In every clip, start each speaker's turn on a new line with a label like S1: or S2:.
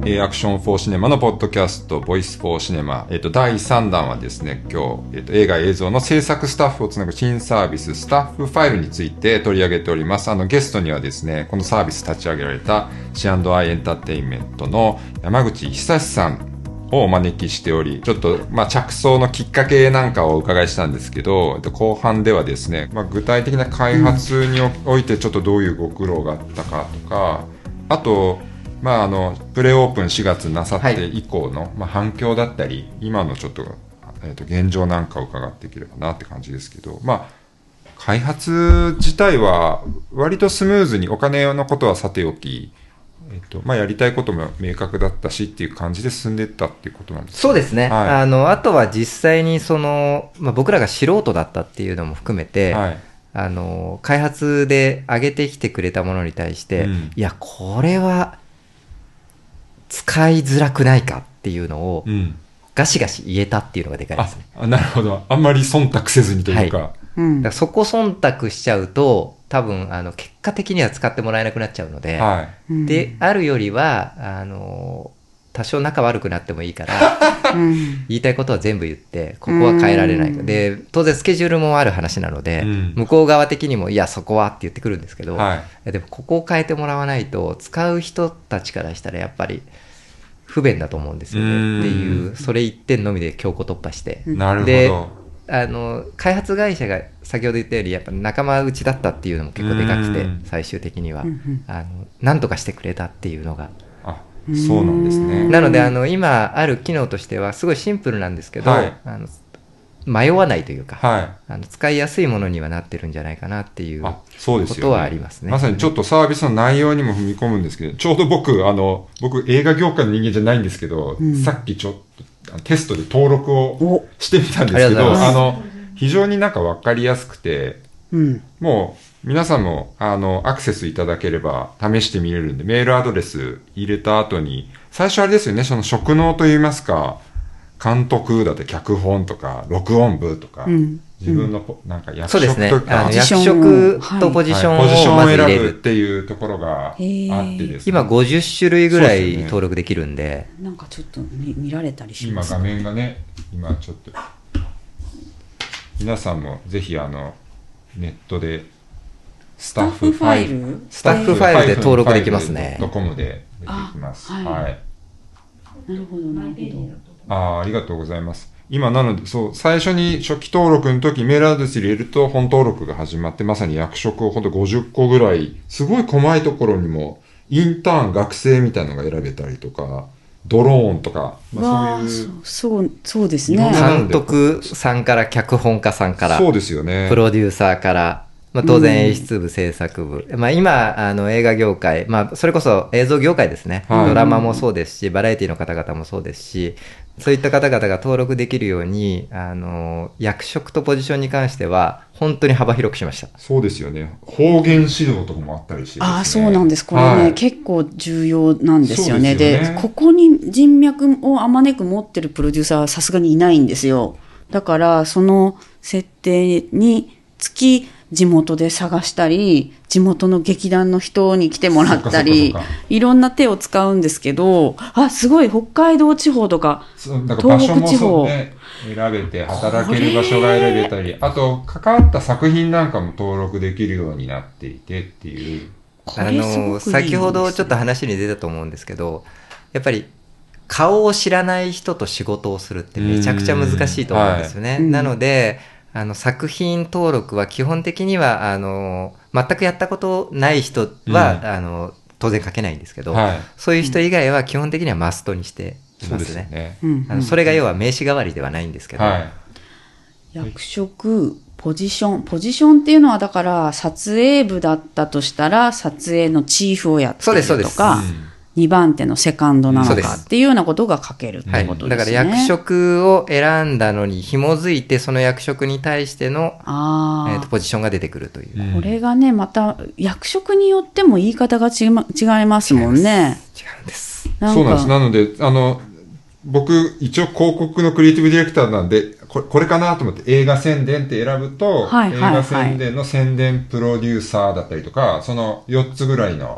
S1: アクションフォーシネマのポッドキャスト、ボイスフォーシネマ、第3弾はですね、今日、映画映像の制作スタッフをつなぐ新サービス、スタッフファイルについて取り上げております。ゲストにはですね、このサービス立ち上げられた C&I エンターテインメントの山口久志さんをお招きしており、ちょっと、着想のきっかけなんかをお伺いしたんですけど、後半ではですね、具体的な開発においてちょっとどういうご苦労があったかとか、あと、プレオープン4月なさって以降の、反響だったり、今のちょっと、現状なんかを伺っていければなって感じですけど、開発自体は割とスムーズに、お金のことはさておき、やりたいことも明確だったしっていう感じで進んでいったっていうことなんですか？
S2: そうですね。
S1: はい、
S2: あとは実際に僕らが素人だったっていうのも含めて、はい、開発で上げてきてくれたものに対して、いや、これは使いづらくないかっていうのを、ガシガシ言えたっていうのがでかいですね。
S1: なるほど。あんまり忖度せずにというか。
S2: はい、だからそこ忖度しちゃうと、多分結果的には使ってもらえなくなっちゃうので、はい、であるよりは多少仲悪くなってもいいから言いたいことは全部言ってここは変えられないかで当然スケジュールもある話なので、向こう側的にもいやそこはって言ってくるんですけど、はい、でもここを変えてもらわないと使う人たちからしたらやっぱり不便だと思うんですよねっていうそれ一点のみで強行突破して、
S1: なるほど。
S2: で開発会社が先ほど言ったよりやっぱ仲間内だったっていうのも結構でかくて最終的には何とかしてくれたっていうのが
S1: そうなんですね。
S2: なので今ある機能としてはすごいシンプルなんですけど、はい、迷わないというか、はい、使いやすいものにはなってるんじゃないかなっていうことはありますね。
S1: まさにちょっとサービスの内容にも踏み込むんですけど、ちょうど僕映画業界の人間じゃないんですけど、さっきちょっとテストで登録をしてみたんですけど、非常になんかわかりやすくて、もう皆さんもアクセスいただければ試してみれるんで、メールアドレス入れた後に、最初あれですよね、その職能といいますか、監督だって脚本とか録音部とか、自分のなんか役職とか、
S2: 役職とポジションをまず入れる
S1: っていうところがあってですね。
S2: 今50種類ぐらい登録できるんで。
S3: なんかちょっと見られたりします。
S1: 今画面がね、今ちょっと皆さんもぜひネットで
S3: スタッフファイ
S2: ルで登録できますね。
S1: .com で出てきます。はい。な
S3: るほどなるほど。
S1: ありがとうございます。今なので、最初に初期登録の時メールアドレス入れると本登録が始まって、まさに役職をほんと50個ぐらい、すごい細いところにも、インターン、学生みたいなのが選べたりとか、ドローンとか、
S3: そうですね。
S2: 監督さんから脚本家さんから、
S1: そうですよね。
S2: プロデューサーから、当然演出部、制作部。今、映画業界、それこそ映像業界ですね。ドラマもそうですし、バラエティの方々もそうですし、そういった方々が登録できるように、役職とポジションに関しては、本当に幅広くしました。
S1: そうですよね。方言指導とかもあったりしてですね。
S3: そうなんです。これね、結構重要なんですよね。で、ここに人脈をあまねく持ってるプロデューサーはさすがにいないんですよ。だから、その設定につき、地元で探したり、地元の劇団の人に来てもらったり、いろんな手を使うんですけど、すごい北海道地方とか、東北地方、
S1: 選べて、働ける場所が選べたり、あと、関わった作品なんかも登録できるようになっていてっていう。
S2: 先ほどちょっと話に出たと思うんですけど、やっぱり、顔を知らない人と仕事をするってめちゃくちゃ難しいと思うんですよね。なので、作品登録は基本的には全くやったことない人は、当然書けないんですけど、そういう人以外は基本的にはマストにしていますね。それが要は名刺代わりではないんですけど、
S3: 役職ポジションっていうのはだから撮影部だったとしたら撮影のチーフをやってるとか、2番手のセカンドなのかっていうようなことが書けるってことですね。
S2: だから役職を選んだのに紐づいてその役職に対してのポジションが出てくるという。
S3: これがね、また役職によっても言い方が違いますもんね。
S2: 違うんです。
S1: そうなんです。なので、僕、一応広告のクリエイティブディレクターなんで、これかなと思って映画宣伝って選ぶと、映画宣伝の宣伝プロデューサーだったりとか、その4つぐらいの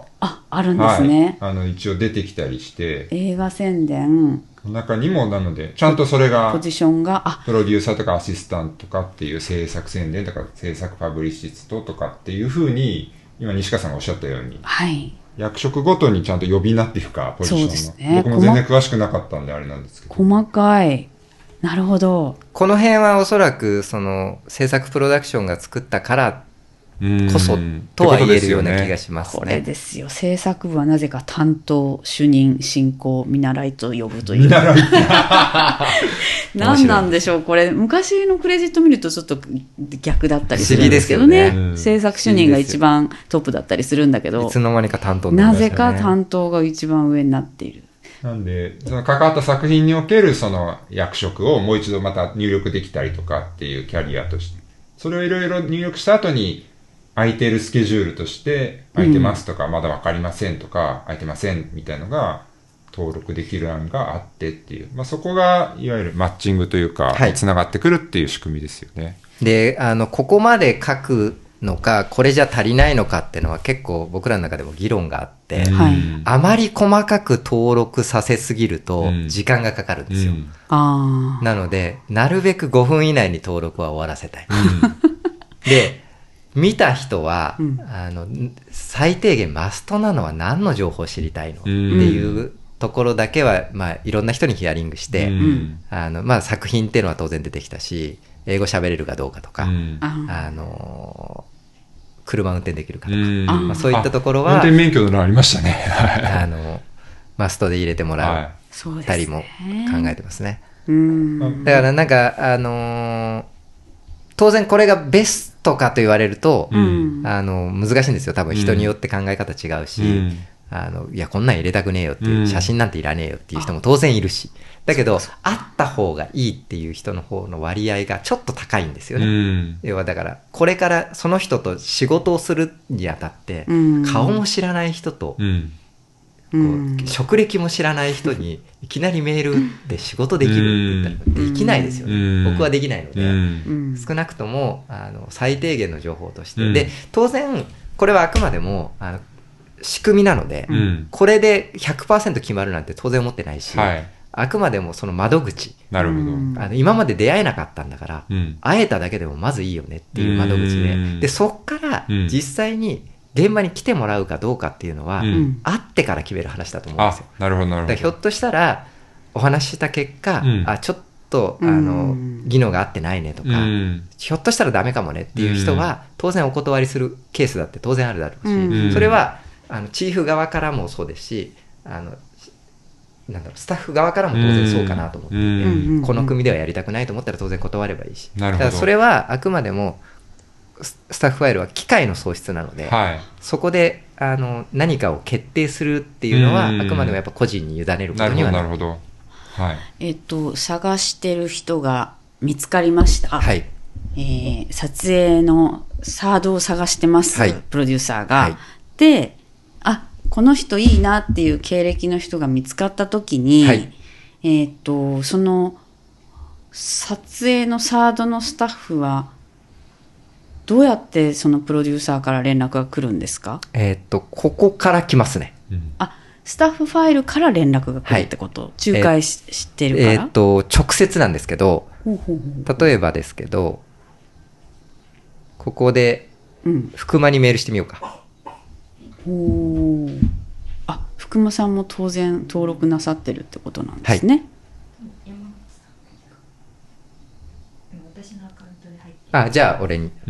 S3: あるんですね。
S1: はい。一応出てきたりして。
S3: 映画宣伝。
S1: 中にも、なので、ちゃんとそれが、
S3: ポジションが、
S1: プロデューサーとかアシスタントとかっていう制作宣伝とか制作パブリシストとかっていう風に、今西川さんがおっしゃったように。
S3: はい。
S1: 役職ごとにちゃんと呼び名っていうか、ポジションの。そうですね。僕も全然詳しくなかったんであれなんですけど。
S3: 細かい。なるほど。
S2: この辺はおそらく、制作プロダクションが作ったからこそとは言えるような気がしますね。
S3: これですよ。制作部はなぜか担当、主任、進行、見習いと呼ぶという。見習い何なんでしょうこれ。昔のクレジット見るとちょっと逆だったりするんですけどね。制作主任が一番トップだったりするんだけど。
S2: いつの間にか担当になりましたね。
S3: なぜか担当が一番上になっている。
S1: なんで、その関わった作品におけるその役職をもう一度また入力できたりとかっていうキャリアとして。それをいろいろ入力した後に、空いてるスケジュールとして、空いてますとか、まだわかりませんとか、空いてませんみたいなのが登録できる案があってっていう。そこが、いわゆるマッチングというか、つながってくるっていう仕組みですよね。
S2: で、ここまで書くのか、これじゃ足りないのかっていうのは結構僕らの中でも議論があって、あまり細かく登録させすぎると、時間がかかるんですよ。なので、なるべく5分以内に登録は終わらせたい。で、見た人は、最低限マストなのは何の情報を知りたいのっていうところだけは、いろんな人にヒアリングして、作品っていうのは当然出てきたし、英語喋れるかどうかとか、車運転できるかとか、そういったところは、
S1: 運転免許のありましたね。
S2: マストで入れてもらったりも考えてますね。だからなんか、当然これがベストかと言われると、難しいんですよ。多分人によって考え方違うし、いや、こんなん入れたくねえよっていう、写真なんていらねえよっていう人も当然いるし。だけど、あった方がいいっていう人の方の割合がちょっと高いんですよね。要はだから、これからその人と仕事をするにあたって、顔も知らない人と、職歴も知らない人にいきなりメールで仕事できるって言ったらできないですよね。僕はできないので、少なくとも最低限の情報として、で当然これはあくまでも仕組みなので、これで 100% 決まるなんて当然思ってないし、あくまでもその窓口、
S1: なるほ
S2: ど、今まで出会えなかったんだから、会えただけでもまずいいよねっていう窓口で、そっから実際に現場に来てもらうかどうかっていうのは、会ってから決める話だと思うんですよ。
S1: なるほどなるほど。
S2: だからひょっとしたらお話しした結果、ちょっと技能が合ってないねとか、ひょっとしたらダメかもねっていう人は当然お断りするケースだって当然あるだろうし、それはチーフ側からもそうですし、スタッフ側からも当然そうかなと思っていて、この組ではやりたくないと思ったら当然断ればいいし、だからそれはあくまでもスタッフファイルは機械の喪失なので、そこで何かを決定するっていうのはあくまでもやっぱ個人に委ねることにはなる。
S1: なるほど。
S3: 探してる人が見つかりました。撮影のサードを探してます、プロデューサーが。で、この人いいなっていう経歴の人が見つかったときに、その撮影のサードのスタッフはどうやってそのプロデューサーから連絡が来るんですか？
S2: ここから来ますね。
S3: スタッフファイルから連絡が来るってこと、仲介してるから？
S2: 直接なんですけど、例えばですけど、ここで、福間にメールしてみようか。
S3: 福間さんも当然登録なさってるってことなんですね。
S2: じゃあ俺に。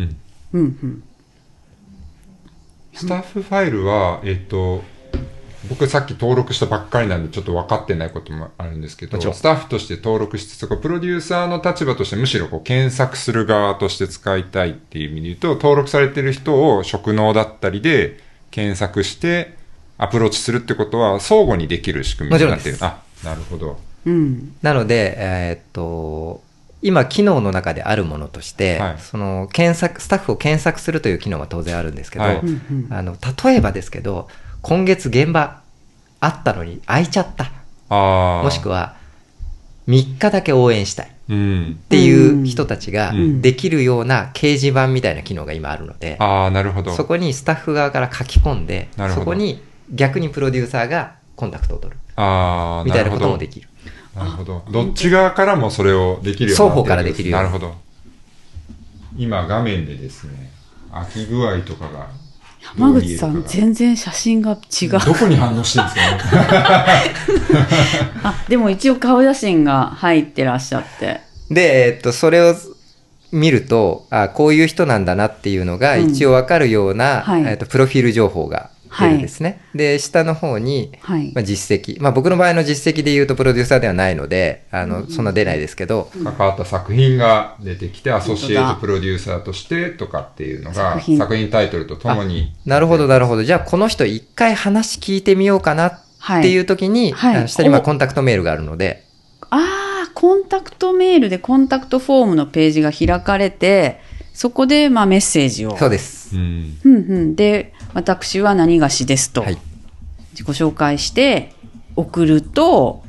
S1: スタッフファイルは、僕さっき登録したばっかりなんでちょっと分かってないこともあるんですけど、スタッフとして登録しつつ、プロデューサーの立場としてむしろ検索する側として使いたいっていう意味で言うと、登録されてる人を職能だったりで検索してアプローチするってことは相互にできる仕組みになっている。なるほど。
S2: なので、今機能の中であるものとして、そのスタッフを検索するという機能は当然あるんですけど、例えばですけど、今月現場あったのに空いちゃった。もしくは3日だけ応援したいっていう人たちができるような掲示板みたいな機能が今あるので、
S1: なるほど。
S2: そこにスタッフ側から書き込んで、そこに逆にプロデューサーがコンタクトを取る。みたいなこともできる。
S1: なるほど。どっち側からもそれをできるようになってる。
S2: 双方からできるように。
S1: なるほど。今画面でですね、空き具合とかが。
S3: 山口さん、全然写真が違う。
S1: どこに反応してるんですかね。
S3: でも一応顔写真が入ってらっしゃって。
S2: で、それを見ると、こういう人なんだなっていうのが一応わかるような、プロフィール情報が出るんですね。で、下の方に、実績。僕の場合の実績で言うとプロデューサーではないので、そんな出ないですけど。
S1: 関わった作品が出てきて、アソシエイトプロデューサーとしてとかっていうのが、作品タイトルとともに。
S2: なるほど、なるほど。じゃあ、この人一回話聞いてみようかなっていう時に、下にコンタクトメールがあるので。
S3: コンタクトメールでコンタクトフォームのページが開かれて、そこでメッセージを。
S2: そうです。
S3: で、私は何がしですと、自己紹介して送ると、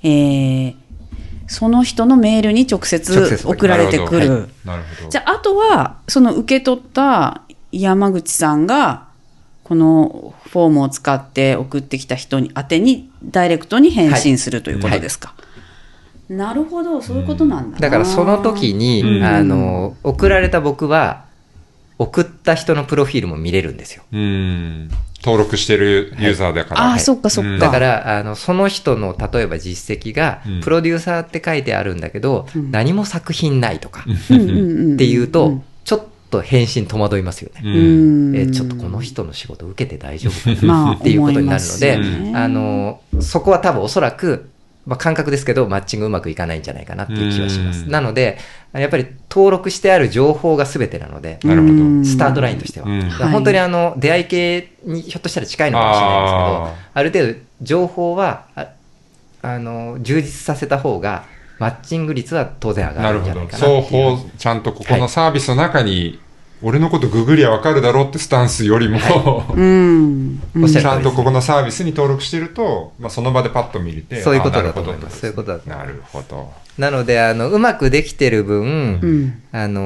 S3: その人のメールに直接送られてくる。じゃあ、あとは、その受け取った山口さんが、このフォームを使って送ってきた人に宛てにダイレクトに返信するということですか。なるほど、そういうことなんだな。
S2: だからその時に、送られた僕は、送った人のプロフィールも見れるんですよ。
S1: 登録してるユーザーだから。
S3: そっかそっか。
S2: だから、その人の例えば実績が、プロデューサーって書いてあるんだけど、何も作品ないとか、っていうと、ちょっと返信戸惑いますよね。ちょっとこの人の仕事受けて大丈夫かなっていうことになるので、そこは多分おそらく、感覚ですけど、マッチングうまくいかないんじゃないかなっていう気はします。なので、やっぱり登録してある情報が全てなので、
S1: なるほど。
S2: スタートラインとしては。本当に出会い系にひょっとしたら近いのかもしれないですけど、ある程度情報は、充実させた方が、マッチング率は当然上がるんじゃないかなっていう。
S1: 双方、ちゃんとここのサービスの中に、俺のことググりゃわかるだろうってスタンスよりも、ちゃんとここのサービスに登録してると、その場でパッと見れて、
S2: そういうことだと思います。そういうことだと思います。
S1: なるほど。
S2: なので、うまくできてる分、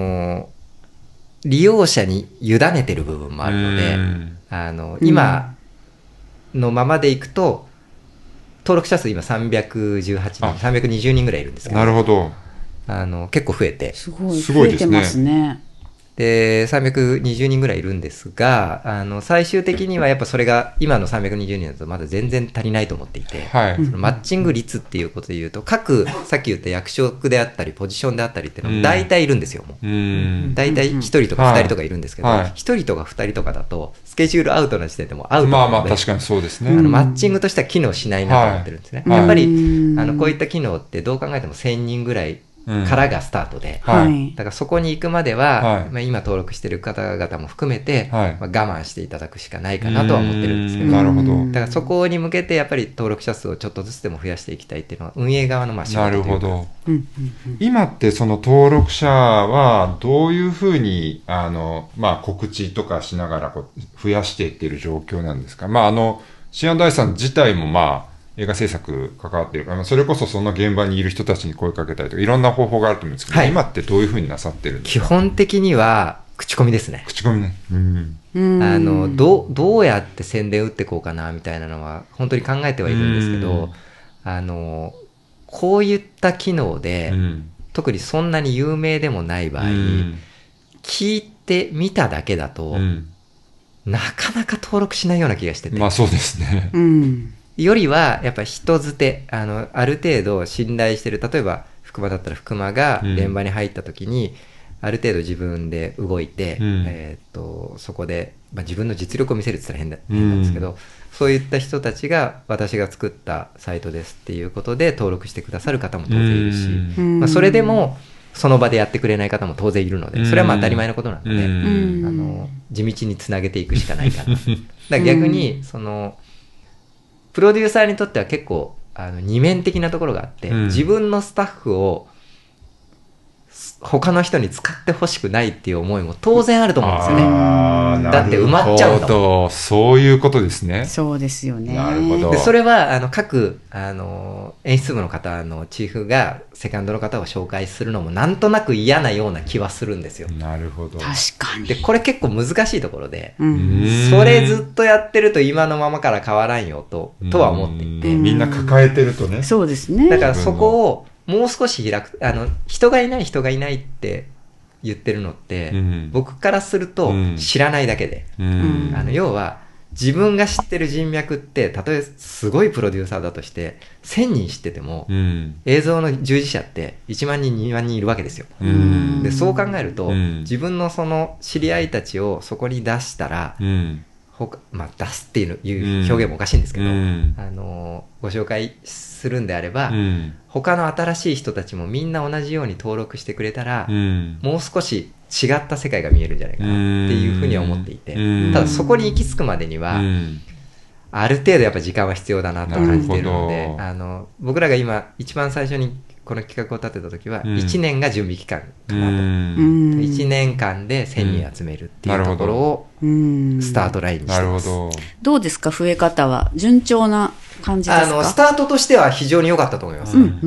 S2: 利用者に委ねてる部分もあるので、今のままでいくと、登録者数今318人、320人ぐらいいるんですけど、
S1: なるほど。
S2: 結構増えて。
S3: すごい増えてますね。
S2: で、320人ぐらいいるんですが、最終的にはやっぱそれが、今の320人だとまだ全然足りないと思っていて、そのマッチング率っていうことで言うと、さっき言った役職であったり、ポジションであったりっていうのも大体いるんですよ、もう。大体1人とか2人とかいるんですけど、1人とか2人とかだと、スケジュールアウトな時点でもアウトなので、
S1: 確かにそうですね。
S2: マッチングとしては機能しないなと思ってるんですね。やっぱり、こういった機能ってどう考えても1000人ぐらい、からがスタートで、だからそこに行くまでは、今登録している方々も含めて、我慢していただくしかないかなとは思ってるんですけど、
S1: なるほど。
S2: だからそこに向けてやっぱり登録者数をちょっとずつでも増やしていきたいっていうのは運営側の仕事というか。
S1: なるほど。今ってその登録者はどういうふうに告知とかしながら増やしていっている状況なんですか。シアンダイさん自体も映画制作関わっているから、それこそその現場にいる人たちに声かけたりとか、いろんな方法があると思うんですけど、今ってどういうふうになさってるんですか？
S2: 基本的には、口コミですね。
S1: 口コミね。
S2: どうやって宣伝打っていこうかな、みたいなのは、本当に考えてはいるんですけど、こういった機能で、特にそんなに有名でもない場合、聞いてみただけだと、なかなか登録しないような気がしてて。
S1: そうですね。
S2: よりは、やっぱ人づて、ある程度信頼してる、例えば、福間だったら福間が現場に入った時に、ある程度自分で動いて、そこで、自分の実力を見せるって言ったら変なんですけど、そういった人たちが私が作ったサイトですっていうことで登録してくださる方も当然いるし、それでもその場でやってくれない方も当然いるので、それは当たり前のことなので、地道につなげていくしかないかな。だから逆に、プロデューサーにとっては結構二面的なところがあって、自分のスタッフを他の人に使ってほしくないっていう思いも当然あると思うんですよね。だって埋まっちゃうんだもん。
S1: そういうことですね。
S3: そうですよね。
S1: なるほど。
S2: でそれは各演出部の方のチーフがセカンドの方を紹介するのもなんとなく嫌なような気はするんですよ。
S1: なるほど。
S3: 確かに。
S2: でこれ結構難しいところで、それずっとやってると今のままから変わらんよとは思っていて、
S1: みんな抱えてるとね。
S3: そうですね。
S2: だからそこをもう少し開く、人がいないって言ってるのって、僕からすると知らないだけで、要は自分が知ってる人脈って、たとえすごいプロデューサーだとして1000人知ってても、映像の従事者って1万人2万人いるわけですよ。でそう考えると、自分のその知り合いたちをそこに出したら、出すっていう表現もおかしいんですけど、ご紹介するんであれば、他の新しい人たちもみんな同じように登録してくれたら、もう少し違った世界が見えるんじゃないかなっていうふうには思っていて、ただそこに行き着くまでには、ある程度やっぱ時間は必要だなと感じているので、僕らが今一番最初にこの企画を立てた時は1年が準備期間かなと、1年間で1000人集めるっていうところをスタートラインにしてます。
S3: どうですか、増え方は順調な感じですか？
S2: スタートとしては非常に良かったと思います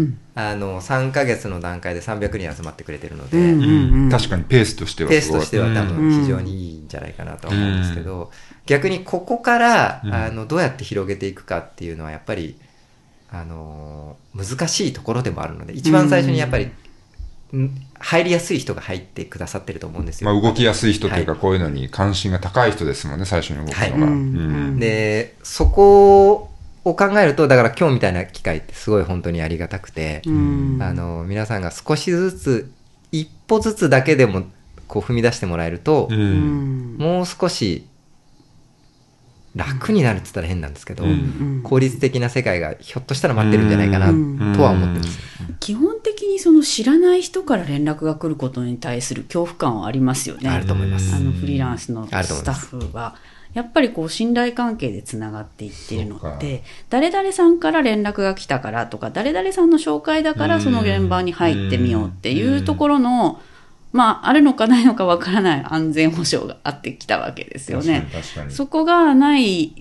S2: 。3ヶ月の段階で300人集まってくれてるので、
S1: 確かにペースとしては
S2: 多分非常にいいんじゃないかなと思うんですけど、逆にここからどうやって広げていくかっていうのはやっぱり難しいところでもあるので、一番最初にやっぱり入りやすい人が入ってくださってると思うんですよ。
S1: 動きやすい人というか、こういうのに関心が高い人ですもんね、最初に動くのが。
S2: でそこを考えると、だから今日みたいな機会ってすごい本当にありがたくて、皆さんが少しずつ一歩ずつだけでもこう踏み出してもらえると、もう少し楽になるって言ったら変なんですけど、効率的な世界がひょっとしたら待ってるんじゃないかなとは思ってます。
S3: 基本的にその知らない人から連絡が来ることに対する恐怖感はありますよね。
S2: あると思います。
S3: フリーランスのスタッフはやっぱりこう信頼関係でつながっていっているので、誰々さんから連絡が来たからとか、誰々さんの紹介だからその現場に入ってみようっていうところの、あるのかないのかわからない安全保障があってきたわけですよね。そこがない、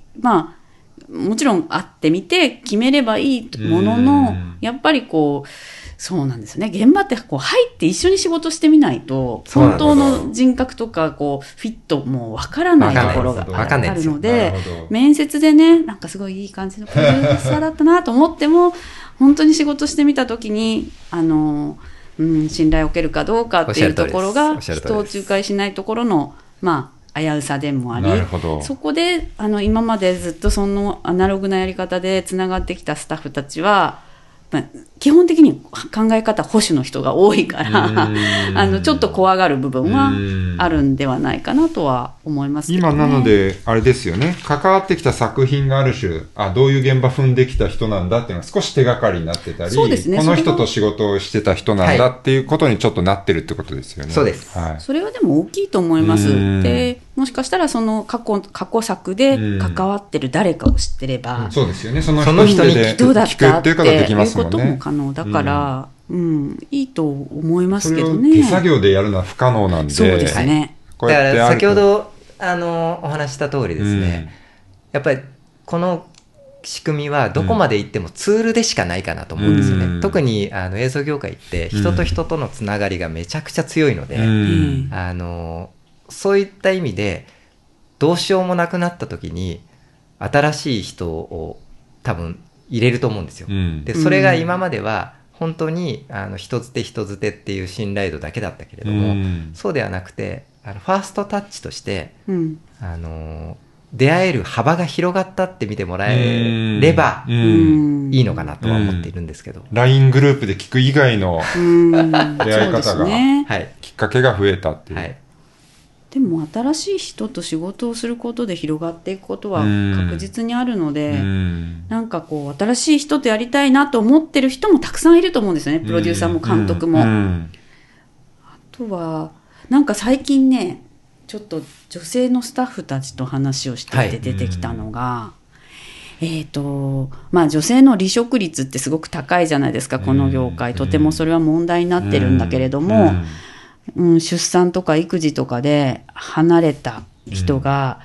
S3: もちろん会ってみて決めればいいものの、やっぱりこう、そうなんですよね。現場ってこう入って一緒に仕事してみないと、本当の人格とかこうフィットもわからないところがあるので、面接でね、なんかすごいいい感じのプロデューサーだったなと思っても、本当に仕事してみたときに、信頼を受けるかどうかっていうところが、人を仲介しないところの、危うさでもあり、そこで今までずっとそのアナログなやり方でつながってきたスタッフたちは、基本的に考え方保守の人が多いからちょっと怖がる部分はあるんではないかなとは思いますけどね。
S1: 今なのであれですよね、関わってきた作品がある種どういう現場踏んできた人なんだっていうのが少し手がかりになってたり、そうですね、この人と仕事をしてた人なんだっていうことにちょっとなってるってことですよね。
S2: そうです、
S3: それはでも大きいと思います。でもしかしたらその過去作で関わってる誰かを知ってれば、
S1: そうですよね、その人に
S3: どうだったっていうことも可能だから、いいと思いますけどね。
S1: それを手作業でやるのは不可能なんで。
S3: そうですね。
S2: だから先ほどお話した通りですね、やっぱりこの仕組みはどこまで行ってもツールでしかないかなと思うんですよね。特に映像業界って人と人とのつながりがめちゃくちゃ強いので、そういった意味でどうしようもなくなった時に新しい人を多分入れると思うんですよ。でそれが今までは本当に人づて人づてっていう信頼度だけだったけれども、そうではなくてファーストタッチとして、出会える幅が広がったって見てもらえればいいのかなとは思っているんですけど、
S1: LINE グループで聞く以外の出会い方が、きっかけが増えたっていう、
S3: でも新しい人と仕事をすることで広がっていくことは確実にあるので、なんかこう新しい人とやりたいなと思ってる人もたくさんいると思うんですよね。プロデューサーも監督も。あとはなんか最近ね、ちょっと女性のスタッフたちと話をしていて出てきたのが、 まあ女性の離職率ってすごく高いじゃないですか、この業界。とてもそれは問題になってるんだけれども、出産とか育児とかで離れた人が、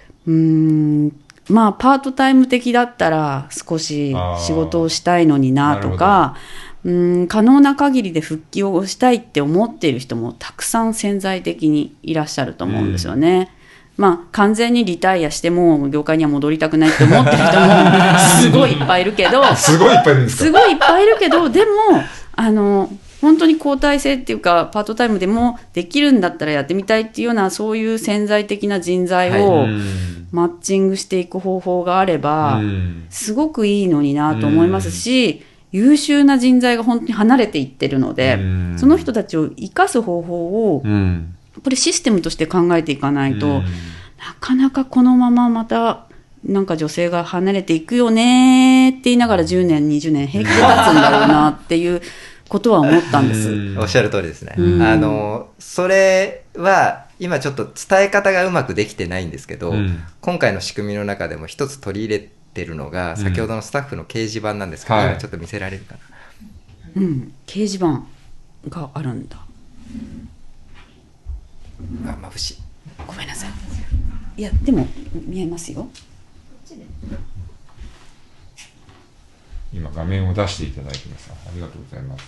S3: まあパートタイム的だったら少し仕事をしたいのになとか、可能な限りで復帰をしたいって思っている人もたくさん潜在的にいらっしゃると思うんですよね。まあ完全にリタイアしても業界には戻りたくないって思ってる人もすごいいっぱいいるけど
S1: すごいいっぱいいるんですか？
S3: すごいいっぱいいるけど、でも本当に交代制っていうかパートタイムでもできるんだったらやってみたいっていうような、そういう潜在的な人材をマッチングしていく方法があればすごくいいのになと思いますし、優秀な人材が本当に離れていってるので、その人たちを生かす方法をやっぱりシステムとして考えていかないと、なかなかこのまままたなんか女性が離れていくよねって言いながら10年20年平気で経つんだろうなっていうことは思ったんです。
S2: おっしゃる通りですね。それは今ちょっと伝え方がうまくできてないんですけど、今回の仕組みの中でも一つ取り入れてるのが、先ほどのスタッフの掲示板なんですけど、今ちょっと見せられるかな。
S3: 掲示板があるんだ。
S2: 眩しい。
S3: ごめんなさい。いやでも見えますよ。
S1: 今画面を出していただいてます。ありがとうございます。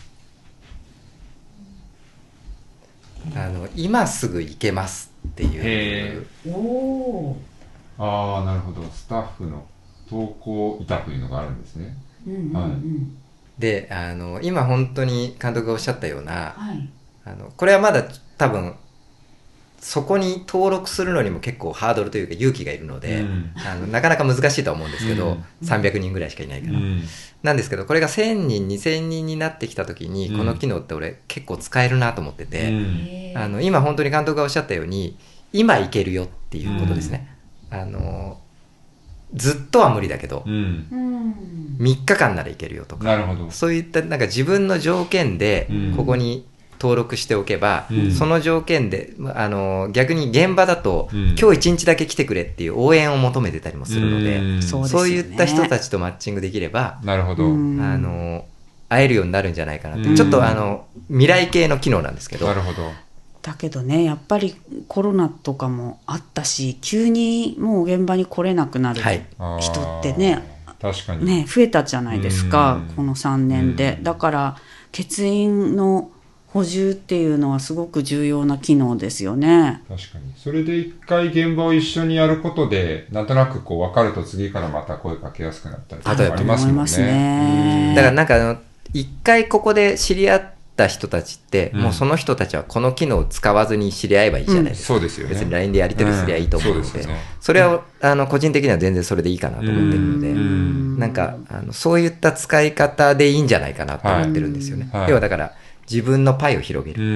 S2: 今すぐ行けますっていう。
S1: ああ、なるほど。スタッフの投稿板というのがあるんですね。
S2: で、今本当に監督がおっしゃったような、これはまだ多分そこに登録するのにも結構ハードルというか勇気がいるので、なかなか難しいとは思うんですけど、300人ぐらいしかいないから、なんですけど、これが1000人2000人になってきた時に、この機能って俺結構使えるなと思ってて、今本当に監督がおっしゃったように今いけるよっていうことですね。ずっとは無理だけど、3日間ならいけるよとか、そういったなんか自分の条件でここに登録しておけば、その条件で逆に現場だと、今日一日だけ来てくれっていう応援を求めてたりもするので、そういった人たちとマッチングできれば、
S1: なるほど、
S2: 会えるようになるんじゃないかなって、ちょっと未来系の機能なんですけど。
S1: なるほど。
S3: だけどね、やっぱりコロナとかもあったし、急にもう現場に来れなくなる人ってね、
S1: 確かに
S3: 増えたじゃないですか、この3年で。だから欠員の補充っていうのはすごく重要な機能ですよね。
S1: 確かに。それで一回現場を一緒にやることで、なんとなくこう分かると次からまた声かけやすくなったりとかありますもんね。
S2: だからなんか一回ここで知り合った人たちって、もうその人たちはこの機能を使わずに知り合えばいいじゃないですか。
S1: そうですよね。
S2: 別に LINE でやり取りすりゃいいと思うので、それは個人的には全然それでいいかなと思ってるので、なんかそういった使い方でいいんじゃないかなと思ってるんですよね。要はだから自分のパイを広げる。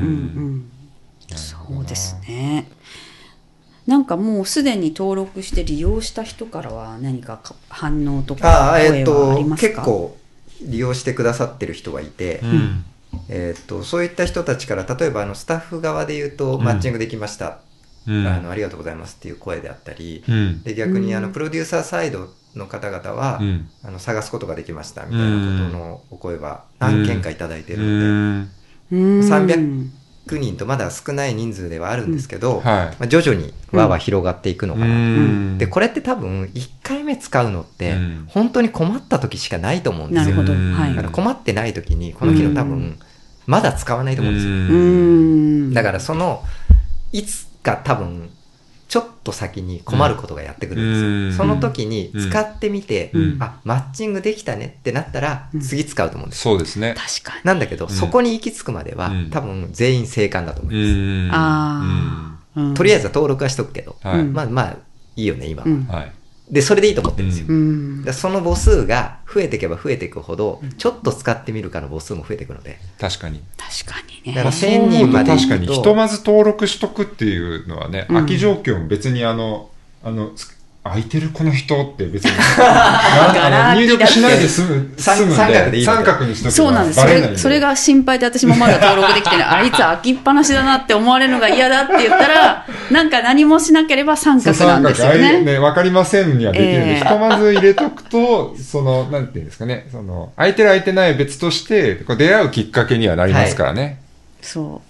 S3: そうですね。なんかもうすでに登録して利用した人からは何か反応とか声はありますか？
S2: 結構利用してくださってる人がいて、そういった人たちから、例えばスタッフ側で言うと、マッチングできました、ありがとうございますっていう声であったり、で逆にプロデューサーサイドの方々は、探すことができましたみたいなことのお声は何件かいただいているので、300人とまだ少ない人数ではあるんですけど、徐々に輪は広がっていくのかなと。でこれって多分1回目使うのって本当に困った時しかないと思うんですよ。困ってない時にこの機能多分まだ使わないと思うんですよ。だからいつか多分ちょっと先に困ることがやってくるんですよ。その時に使ってみて、マッチングできたねってなったら次使うと思うんですよ。
S1: そうですね。
S3: 確かに。
S2: なんだけど、そこに行き着くまでは、多分全員生還だと思います。とりあえずは登録はしとくけど、まあいいよね今は。でそれでいいと思ってるんですよ。その母数が増えていけば増えていくほど、ちょっと使ってみるかの母数も増えていくので。
S1: 確かにね。
S2: だから1000人まで
S1: 確かにひとまず登録しとくっていうのはね、空き状況も別に空いてるこの人って別に入力しないで済むんで、三角にしとけば
S3: そうなんです。それが心配で私もまだ登録できてない。あいつ空きっぱなしだなって思われるのが嫌だって言ったら、なんか何もしなければ三角なんですよね。
S1: わかりませんにはできるんで、ひとまず入れとくと、なんていうんですかね、空いてる空いてない別として、出会うきっかけにはなりますからね。
S3: そう、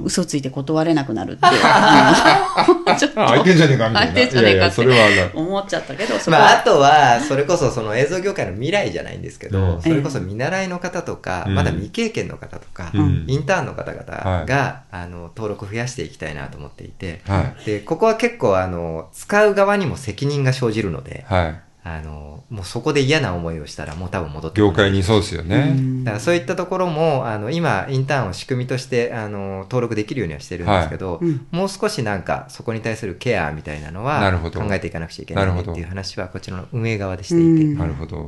S3: 嘘ついて断れなくなるっていう。
S1: ちょっと空いてんじゃねえかみたいな。
S3: 空いてんじゃねえかって思っちゃったけど、あ
S2: とは、それこそ映像業界の未来じゃないんですけど、それこそ見習いの方とか、まだ未経験の方とか、インターンの方々が、登録増やしていきたいなと思っていて、で、ここは結構、使う側にも責任が生じるので、もうそこで嫌な思いをしたらもう多分戻って
S1: 業界にそうですよね。
S2: だからそういったところも今インターンを仕組みとして登録できるようにはしてるんですけど、もう少しなんかそこに対するケアみたいなのは考えていかなくちゃいけないっていう話はこちらの運営側でしていて。
S1: なるほど。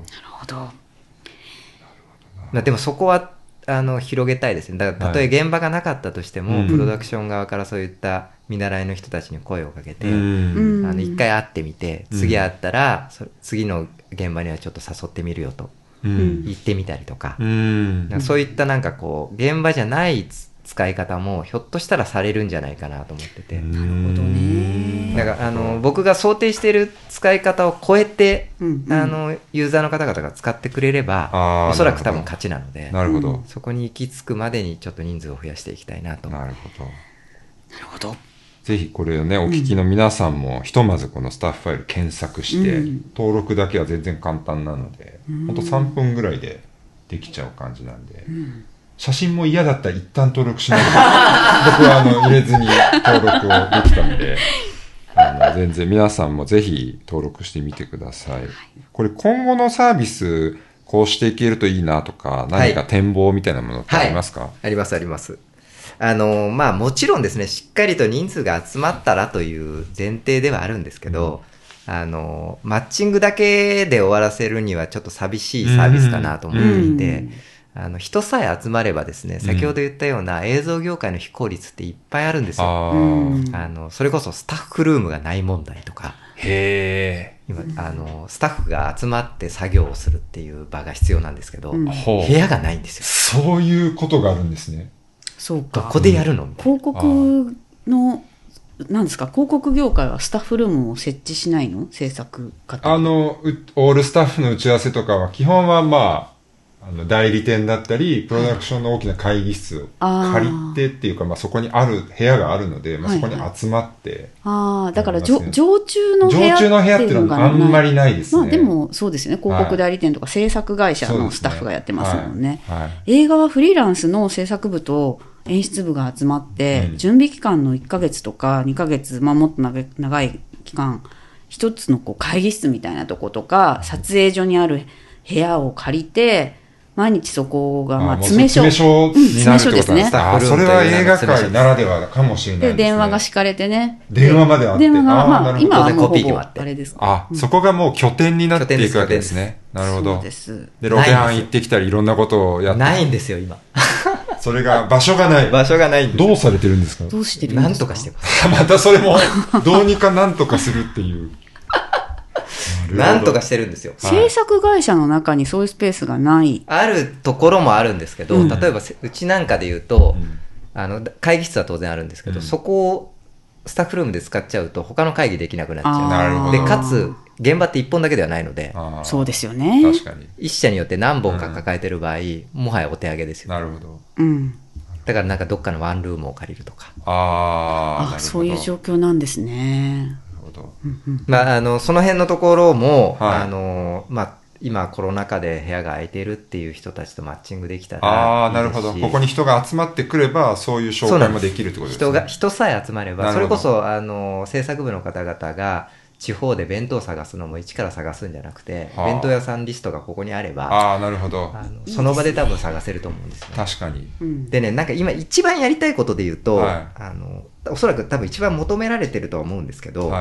S2: でもそこは広げたいですね。だからたとえ現場がなかったとしても、プロダクション側からそういった見習いの人たちに声をかけて、一回会ってみて、次会ったら、次の現場にはちょっと誘ってみるよと言ってみたりとか、そういったなんかこう、現場じゃない使い方もひょっとしたらされるんじゃないかなと思ってて。
S3: なるほどね。
S2: だから僕が想定している使い方を超えて、ユーザーの方々が使ってくれれば、おそらく多分勝ちなので、
S1: なるほど。
S2: そこに行き着くまでにちょっと人数を増やしていきたいなと。
S1: なるほど。
S3: なるほど。
S1: ぜひこれをね、お聞きの皆さんも、ひとまずこのスタッフファイル検索して、登録だけは全然簡単なので、ほんと3分ぐらいでできちゃう感じなんで、写真も嫌だったら一旦登録しないと、僕は入れずに登録をできたので、全然皆さんもぜひ登録してみてください。これ今後のサービス、こうしていけるといいなとか、何か展望みたいなものってありますか？
S2: あります、あります。もちろんですね、しっかりと人数が集まったらという前提ではあるんですけど、マッチングだけで終わらせるにはちょっと寂しいサービスかなと思っていて、人さえ集まればですね、先ほど言ったような映像業界の非効率っていっぱいあるんですよ。それこそスタッフルームがない問題とか、今スタッフが集まって作業をするっていう場が必要なんですけど、部屋がないんです
S1: よ。そういうことがあるんですね。
S2: そうか。どこでやるの？
S3: 広告の、なんですか、広告業界はスタッフルームを設置しないの？制作方。
S1: オールスタッフの打ち合わせとかは、基本は代理店だったり、プロダクションの大きな会議室を借りてっていうか、そこにある部屋があるので、そこに集まって。
S3: だから常駐の部屋っていうのが
S1: あんまりないですね。
S3: でもそうですよね。広告代理店とか制作会社のスタッフがやってますもんね。映画はフリーランスの制作部と演出部が集まって、準備期間の1ヶ月とか2ヶ月、もっと長い期間、一つの会議室みたいなとことか、撮影所にある部屋を借りて、毎日そこが詰所
S1: になるってことですね。それは映画界ならではかもしれないですね。
S3: で、電話が敷かれてね。
S1: 電話まであって。
S3: 電話が、今はもうほぼあれです。
S1: そこがもう拠点になっていくわけですね。なるほど。
S3: そうです。
S1: で、ロケハン行ってきたりいろんなことをやって。
S2: ないんですよ、今。
S1: それが、場所がない。
S2: 場所がないんです。
S1: どうされてるんですか？
S3: どうしてるんですか？
S2: なんとかしてます。
S1: またそれも、どうにかなんとかするっていう。
S2: なんとかしてるんですよ。
S3: 制作会社の中にそういうスペースがない。
S2: あるところもあるんですけど、例えばうちなんかで言うと、会議室は当然あるんですけど、そこをスタッフルームで使っちゃうと他の会議できなくなっちゃう。
S1: なるほど。
S2: で、かつ、現場って一本だけではないので、
S3: そうですよね。
S1: 確かに。
S2: 一社によって何本か抱えてる場合、もはやお手上げですよ。
S1: なるほど。
S2: だからなんかどっかのワンルームを借りるとか。
S3: そういう状況なんですね。
S2: その辺のところも、今コロナ禍で部屋が空いているっていう人たちとマッチングできたらいいですし。
S1: なるほど。ここに人が集まってくれば、そういう紹介もできるってことですね。
S2: 人さえ集まれば、それこそ、制作部の方々が、地方で弁当を探すのも一から探すんじゃなくて、弁当屋さんリストがここにあれば、
S1: なるほど。
S2: その場で多分探せると思うんですよね。
S1: 確かに。
S2: でね、なんか今一番やりたいことで言うと、おそらく多分一番求められてるとは思うんですけど、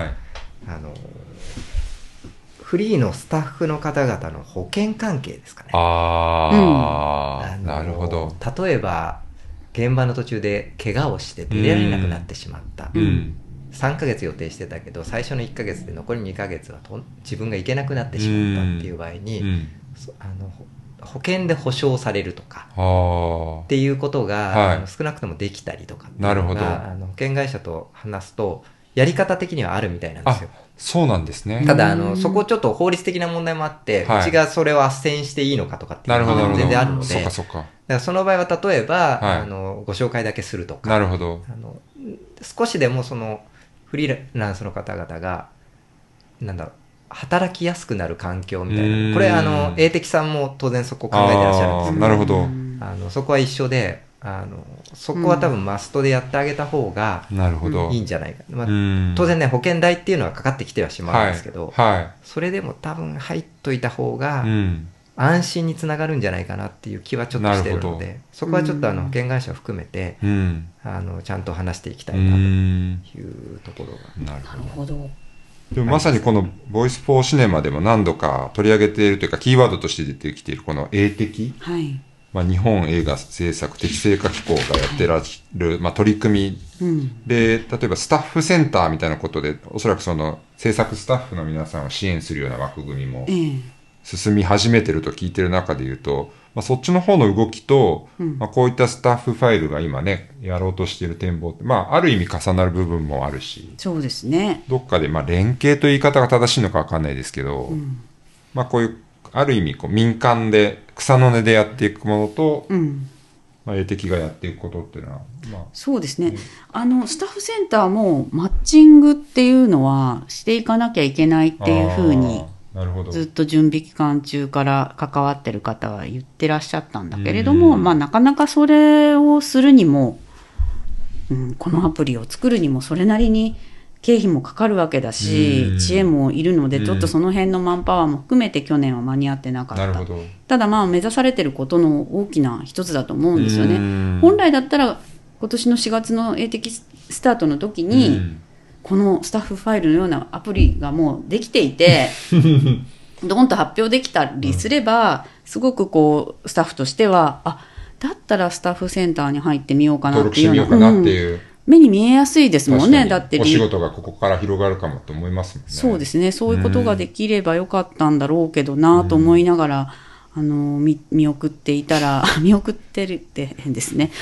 S2: フリーのスタッフの方々の保険関係ですかね。
S1: なるほど。
S2: 例えば、現場の途中で怪我をして出られなくなってしまった。 3ヶ月予定してたけど最初の1ヶ月で残り2ヶ月は自分が行けなくなってしまったっていう場合に、保険で保証されるとかっていうことが、少なくともできたりとかっていうのが保険会社と話すとやり方的にはあるみたいなんですよ。
S1: そうなんですね。
S2: ただそこちょっと法律的な問題もあって、うちがそれを斡旋していいのかとかっていうのが全然あるので、だからその場合は例えば、ご紹介だけするとか、
S1: なるほど。
S2: 少しでもそのフリーランスの方々が働きやすくなる環境みたいな、これ英適さんも当然そこを考えてらっしゃるんですけど、
S1: なるほど。
S2: そこは一緒で、そこは多分マストでやってあげた方がいいんじゃないか。当然ね、保険代っていうのはかかってきてはしまうんですけど、それでも多分入っといた方が安心につながるんじゃないかなっていう気はちょっとしてるので、そこはちょっと保険会社を含めて、ちゃんと話していきたいなというところが。
S3: なるほど。
S1: でもまさにこのボイスフォーシネマでも何度か取り上げているというか、キーワードとして出てきているこの英適、日本映画制作適正化機構がやってらっしゃる、取り組みで、例えばスタッフセンターみたいなことで、おそらくその制作スタッフの皆さんを支援するような枠組みも進み始めてると聞いてる中で言うと、そっちの方の動きと、こういったスタッフファイルが今ね、やろうとしている展望って、ある意味重なる部分もあるし、
S3: そうですね。
S1: どっかで連携という言い方が正しいのかわかんないですけど、こういう、ある意味民間で草の根でやっていくものと、英適がやっていくことっていうのは、
S3: そうですね。スタッフセンターもマッチングっていうのはしていかなきゃいけないっていうふうに、ずっと準備期間中から関わってる方は言ってらっしゃったんだけれども、なかなかそれをするにも、このアプリを作るにもそれなりに経費もかかるわけだし、知恵もいるので、ちょっとその辺のマンパワーも含めて去年は間に合ってなかった。ただ目指されてることの大きな一つだと思うんですよね。本来だったら今年の4月の英適スタートの時に、このスタッフファイルのようなアプリがもうできていてドンと発表できたりすれば、すごくスタッフとしてはだったらスタッフセンターに入ってみようかなっていうような、目に見えやすいですもんね。だって
S1: お仕事がここから広がるかもと思いますもんね。
S3: そうですね。そういうことができればよかったんだろうけどなと思いながら、見送っていたら見送ってるって変ですね。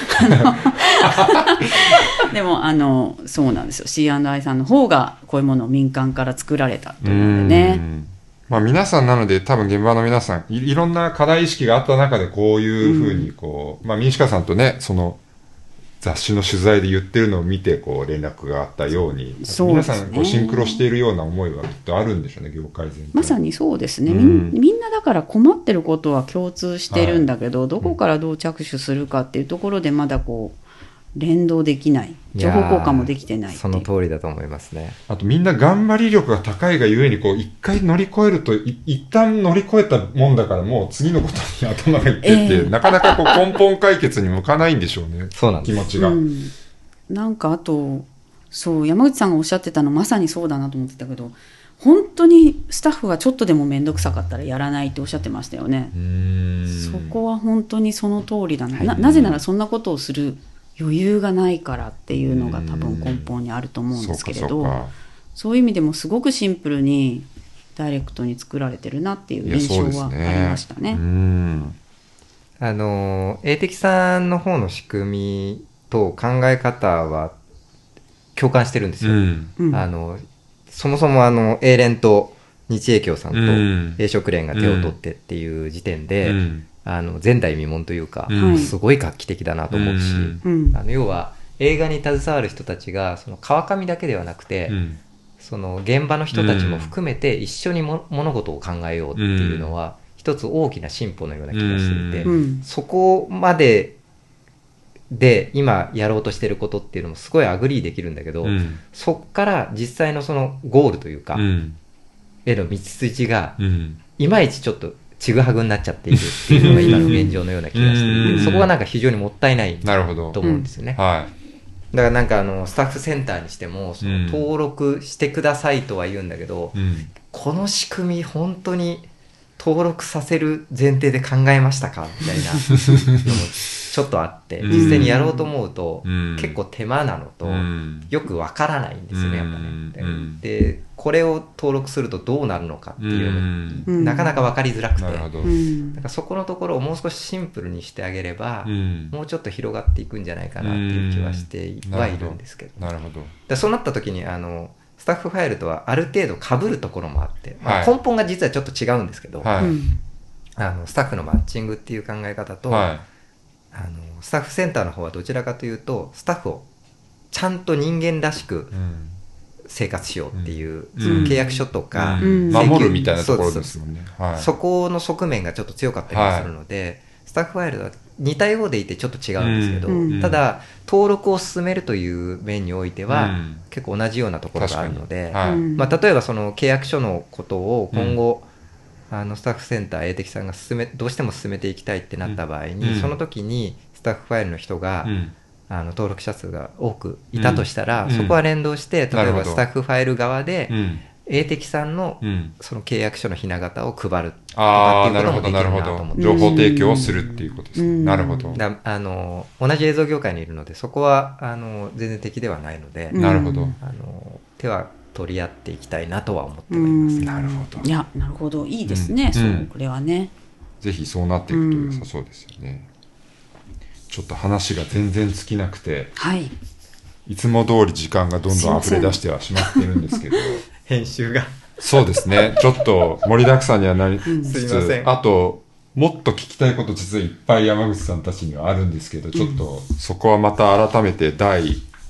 S3: でもそうなんですよ。 C&I さんの方がこういうものを民間から作られたというのでね。
S1: 皆さんなので多分現場の皆さん いろんな課題意識があった中でこういうふうに民鹿さんとね、その雑誌の取材で言ってるのを見て連絡があったように、皆さんシンクロしているような思いはきっとあるんでしょうね、業界全体。
S3: まさにそうですね。みんなだから困ってることは共通してるんだけど、どこからどう着手するかっていうところでまだ連動できない、情報交換もできてない。
S2: その通りだと思いますね。
S1: あとみんな頑張り力が高いがゆえに一回乗り越えると一旦乗り越えたもんだから、もう次のことに頭がいってって、なかなか根本解決に向かないんでしょうね。
S2: そうなんです。
S1: 気持ちが。
S3: なんかあと山口さんがおっしゃってたのまさにそうだなと思ってたけど、本当にスタッフがちょっとでも面倒くさかったらやらないっておっしゃってましたよね。そこは本当にその通りだな。なぜならそんなことをする余裕がないからっていうのが多分根本にあると思うんですけれど、そういう意味でもすごくシンプルにダイレクトに作られてるなっていう印象はありましたね。
S2: 英適さんの方の仕組みと考え方は共感してるんですよ。そもそも英連と日英協さんと英食連が手を取ってっていう時点で、前代未聞というか、すごい画期的だなと思うし、要は映画に携わる人たちがその川上だけではなくて、その現場の人たちも含めて一緒に物事を考えようっていうのは一つ大きな進歩のような気がしていて、そこまでで今やろうとしてることっていうのもすごいアグリーできるんだけど、そっから実際のそのゴールというか、への道筋がいまいちちょっとちぐはぐになっちゃっているっていうのが今の現状のような気がしていて、そこはなんか非常にもったいないと思うんですよね。だからなんかスタッフセンターにしてもその登録してくださいとは言うんだけど、この仕組み本当に登録させる前提で考えましたかみたいなのもちょっとあって、実際にやろうと思うと、結構手間なのと、よくわからないんですよね、やっぱね。で、これを登録するとどうなるのかっていうのなかなかわかりづらくて、だからそこのところをもう少しシンプルにしてあげれば、もうちょっと広がっていくんじゃないかなっていう気はしてはいるんですけど。
S1: なるほど。
S2: でそうなった時にスタッフファイルとはある程度被るところもあって、根本が実はちょっと違うんですけど、スタッフのマッチングっていう考え方と、スタッフセンターの方はどちらかというとスタッフをちゃんと人間らしく生活しようっていう、その契約書とか、
S1: 守るみたいなところですもんね。
S2: そこの側面がちょっと強かったりするので、スタッフファイルは似たようでいてちょっと違うんですけど、ただ登録を進めるという面においては、結構同じようなところがあるので、例えばその契約書のことを今後、スタッフセンター A 的さんがどうしても進めていきたいってなった場合に、その時にスタッフファイルの人が、登録者数が多くいたとしたら、そこは連動して例えばスタッフファイル側で、A 的さんのその契約書のひな形を配るとかっていうこともできるなと思って、
S1: 情報提供をするっていうことですね。なるほど。
S2: 同じ映像業界にいるのでそこは全然敵ではないので、
S1: なるほど。
S2: 手は取り合っていきたいなとは思っております。
S1: なるほど。
S3: いや、なるほど、いいですね。これはね。
S1: ぜひそうなっていくと良さそうですよね。ちょっと話が全然尽きなくて、いつも通り時間がどんどん溢れ出してはしまってるんですけど。
S2: 編集が
S1: そうですね、ちょっと盛りだくさんにはなりつつ、あともっと聞きたいこと実はいっぱい山口さんたちにはあるんですけど、ちょっとそこはまた改めて第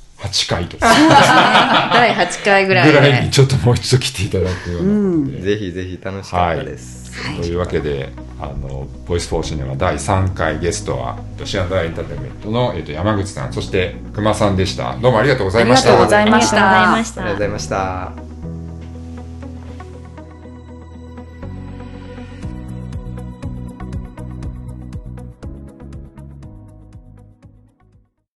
S1: 8回とか
S3: 第8回ぐらい
S1: にちょっともう一度来ていただくようなことで、
S2: ぜひぜひ楽しかったです。
S1: というわけでボイスフォーシネマ第3回ゲストはシアターエンターテインメントの、山口さん、そして熊さんでした。どうもありがとうございました。
S3: ありがとうございました。
S2: ありがとうございました。